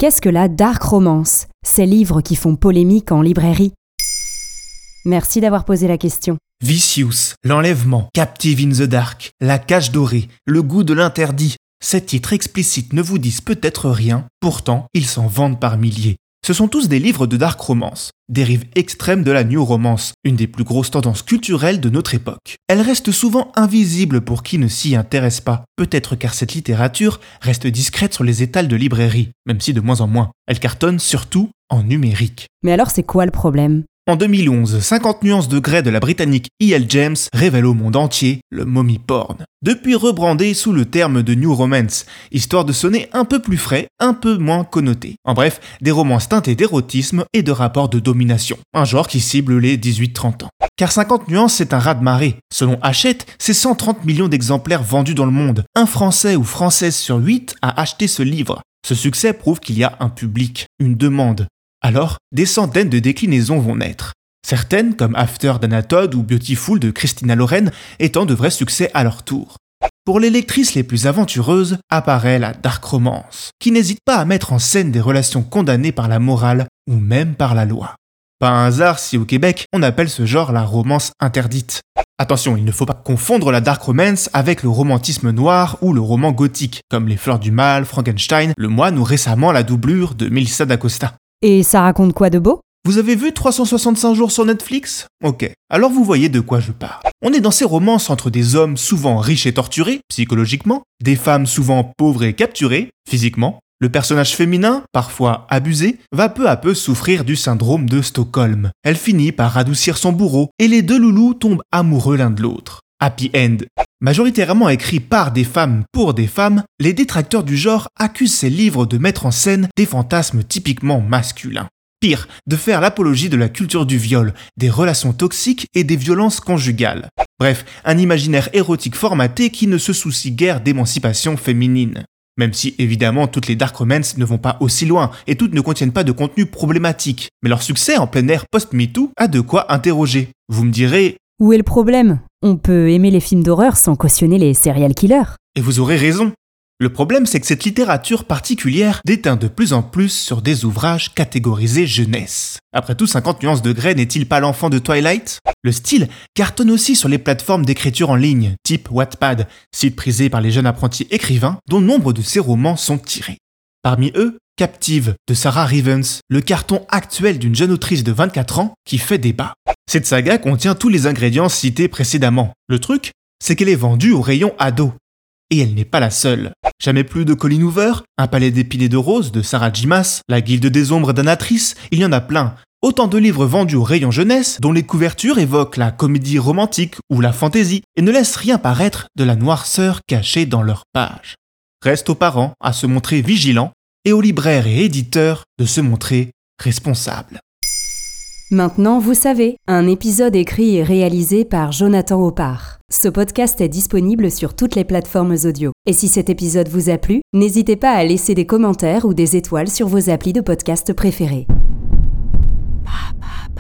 Qu'est-ce que la dark romance, ces livres qui font polémique en librairie? Merci d'avoir posé la question. Vicious, l'enlèvement, Captive in the Dark, la cage dorée, le goût de l'interdit. Ces titres explicites ne vous disent peut-être rien, pourtant ils s'en vendent par milliers. Ce sont tous des livres de dark romance, dérive extrême de la new romance, une des plus grosses tendances culturelles de notre époque. Elle reste souvent invisible pour qui ne s'y intéresse pas, peut-être car cette littérature reste discrète sur les étals de librairie, même si de moins en moins. Elle cartonne surtout en numérique. Mais alors c'est quoi le problème? En 2011, 50 nuances de Grey de la britannique E.L. James révèle au monde entier le mommy porn. Depuis rebrandé sous le terme de New Romance, histoire de sonner un peu plus frais, un peu moins connoté. En bref, des romances teintées d'érotisme et de rapports de domination. Un genre qui cible les 18-30 ans. Car 50 nuances, c'est un raz-de-marée. Selon Hachette, c'est 130 millions d'exemplaires vendus dans le monde. Un Français ou Française sur 8 a acheté ce livre. Ce succès prouve qu'il y a un public, une demande. Alors, des centaines de déclinaisons vont naître. Certaines, comme After d'Anna Todd ou Beautiful de Christina Loren, étant de vrais succès à leur tour. Pour les lectrices les plus aventureuses, apparaît la dark romance, qui n'hésite pas à mettre en scène des relations condamnées par la morale ou même par la loi. Pas un hasard si au Québec, on appelle ce genre la romance interdite. Attention, il ne faut pas confondre la dark romance avec le romantisme noir ou le roman gothique, comme Les Fleurs du Mal, Frankenstein, Le Moine ou récemment la doublure de Melissa d'Acosta. Et ça raconte quoi de beau? Vous avez vu 365 jours sur Netflix? Ok, alors vous voyez de quoi je parle. On est dans ces romances entre des hommes souvent riches et torturés, psychologiquement, des femmes souvent pauvres et capturées, physiquement. Le personnage féminin, parfois abusé, va peu à peu souffrir du syndrome de Stockholm. Elle finit par adoucir son bourreau et les deux loulous tombent amoureux l'un de l'autre. Happy End. Majoritairement écrit par des femmes pour des femmes, les détracteurs du genre accusent ces livres de mettre en scène des fantasmes typiquement masculins. Pire, de faire l'apologie de la culture du viol, des relations toxiques et des violences conjugales. Bref, un imaginaire érotique formaté qui ne se soucie guère d'émancipation féminine. Même si, évidemment, toutes les dark romance ne vont pas aussi loin et toutes ne contiennent pas de contenu problématique. Mais leur succès en plein air post-MeToo a de quoi interroger. Vous me direz... Où est le problème? On peut aimer les films d'horreur sans cautionner les serial killers. Et vous aurez raison. Le problème, c'est que cette littérature particulière déteint de plus en plus sur des ouvrages catégorisés jeunesse. Après tout, 50 nuances de Grey n'est-il pas l'enfant de Twilight? Le style cartonne aussi sur les plateformes d'écriture en ligne, type Wattpad, site prisé par les jeunes apprentis écrivains, dont nombre de ces romans sont tirés. Parmi eux, Captive de Sarah Rivens, le carton actuel d'une jeune autrice de 24 ans qui fait débat. Cette saga contient tous les ingrédients cités précédemment. Le truc, c'est qu'elle est vendue au rayon ado. Et elle n'est pas la seule. Jamais plus de Colleen Hoover, Un palais d'épines et de roses de Sarah J. Maas, La guilde des ombres d'Anatrice, il y en a plein. Autant de livres vendus au rayon jeunesse dont les couvertures évoquent la comédie romantique ou la fantaisie et ne laissent rien paraître de la noirceur cachée dans leurs pages. Reste aux parents à se montrer vigilants et aux libraires et éditeurs de se montrer responsables. Maintenant, vous savez, un épisode écrit et réalisé par Jonathan Oppard. Ce podcast est disponible sur toutes les plateformes audio. Et si cet épisode vous a plu, n'hésitez pas à laisser des commentaires ou des étoiles sur vos applis de podcast préférés.